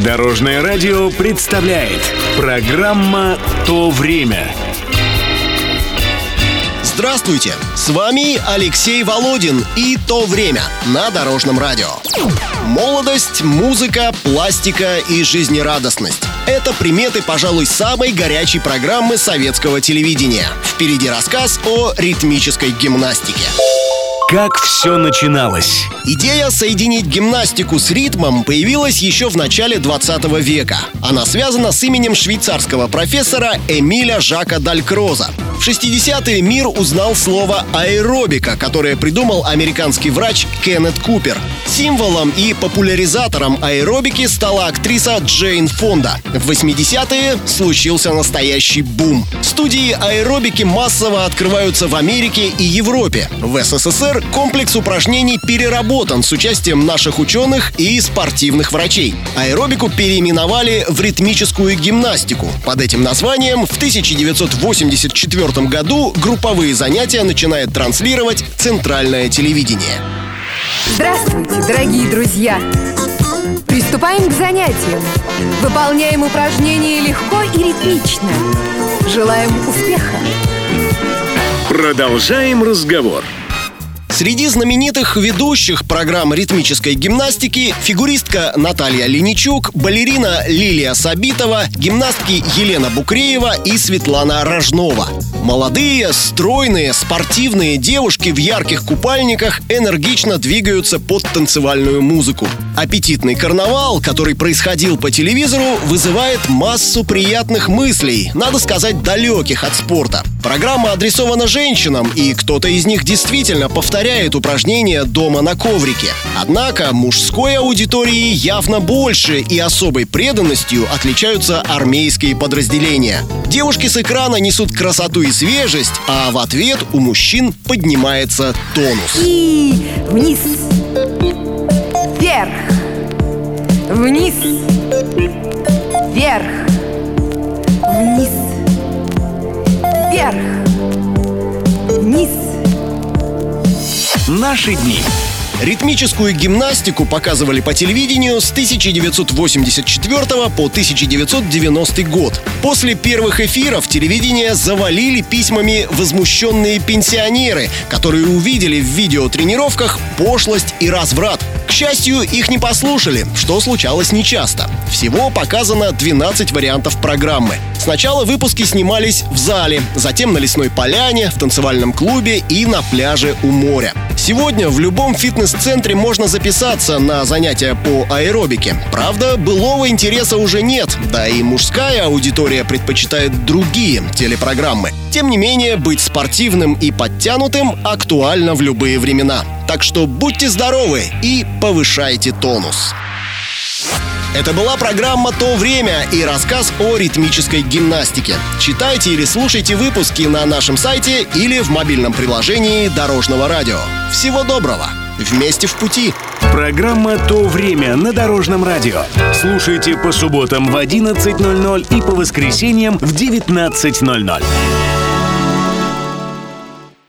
Дорожное радио представляет программа «То время». Здравствуйте! С вами Алексей Володин и «То время» на Дорожном радио. Молодость, музыка, пластика и жизнерадостность — это приметы, пожалуй, самой горячей программы советского телевидения. Впереди рассказ о ритмической гимнастике. Как все начиналось? Идея соединить гимнастику с ритмом появилась еще в начале 20 века. Она связана с именем швейцарского профессора Эмиля Жака Далькроза. В 60-е мир узнал слово аэробика, которое придумал американский врач Кеннет Купер. Символом и популяризатором аэробики стала актриса Джейн Фонда. В 80-е случился настоящий бум. Студии аэробики массово открываются в Америке и Европе. В СССР комплекс упражнений переработан с участием наших ученых и спортивных врачей. Аэробику переименовали в ритмическую гимнастику. Под этим названием в 1984 году групповые занятия начинает транслировать Центральное телевидение. Здравствуйте, дорогие друзья! Приступаем к занятиям. Выполняем упражнения легко и ритмично. Желаем успеха! Продолжаем разговор. Среди знаменитых ведущих программ ритмической гимнастики фигуристка Наталья Леничук, балерина Лилия Сабитова, гимнастки Елена Букреева и Светлана Рожнова. Молодые, стройные, спортивные девушки в ярких купальниках энергично двигаются под танцевальную музыку. Аппетитный карнавал, который происходил по телевизору, вызывает массу приятных мыслей, надо сказать, далеких от спорта. Программа адресована женщинам, и кто-то из них действительно повторяет упражнения дома на коврике. Однако мужской аудитории явно больше, и особой преданностью отличаются армейские подразделения. Девушки с экрана несут красоту и свежесть, а в ответ у мужчин поднимается тонус. И вниз, вверх, вниз, вверх, вниз, вверх, вниз. Наши дни. Ритмическую гимнастику показывали по телевидению с 1984 по 1990 год. После первых эфиров телевидение завалили письмами возмущенные пенсионеры, которые увидели в видеотренировках пошлость и разврат. К счастью, их не послушали, что случалось нечасто. Всего показано 12 вариантов программы. Сначала выпуски снимались в зале, затем на лесной поляне, в танцевальном клубе и на пляже у моря. Сегодня в любом фитнес-центре можно записаться на занятия по аэробике. Правда, былого интереса уже нет, да и мужская аудитория предпочитает другие телепрограммы. Тем не менее, быть спортивным и подтянутым актуально в любые времена. Так что будьте здоровы и повышайте тонус. Это была программа «То время» и рассказ о ритмической гимнастике. Читайте или слушайте выпуски на нашем сайте или в мобильном приложении Дорожного радио. Всего доброго! Вместе в пути! Программа «То время» на Дорожном радио. Слушайте по субботам в 11:00 и по воскресеньям в 19:00.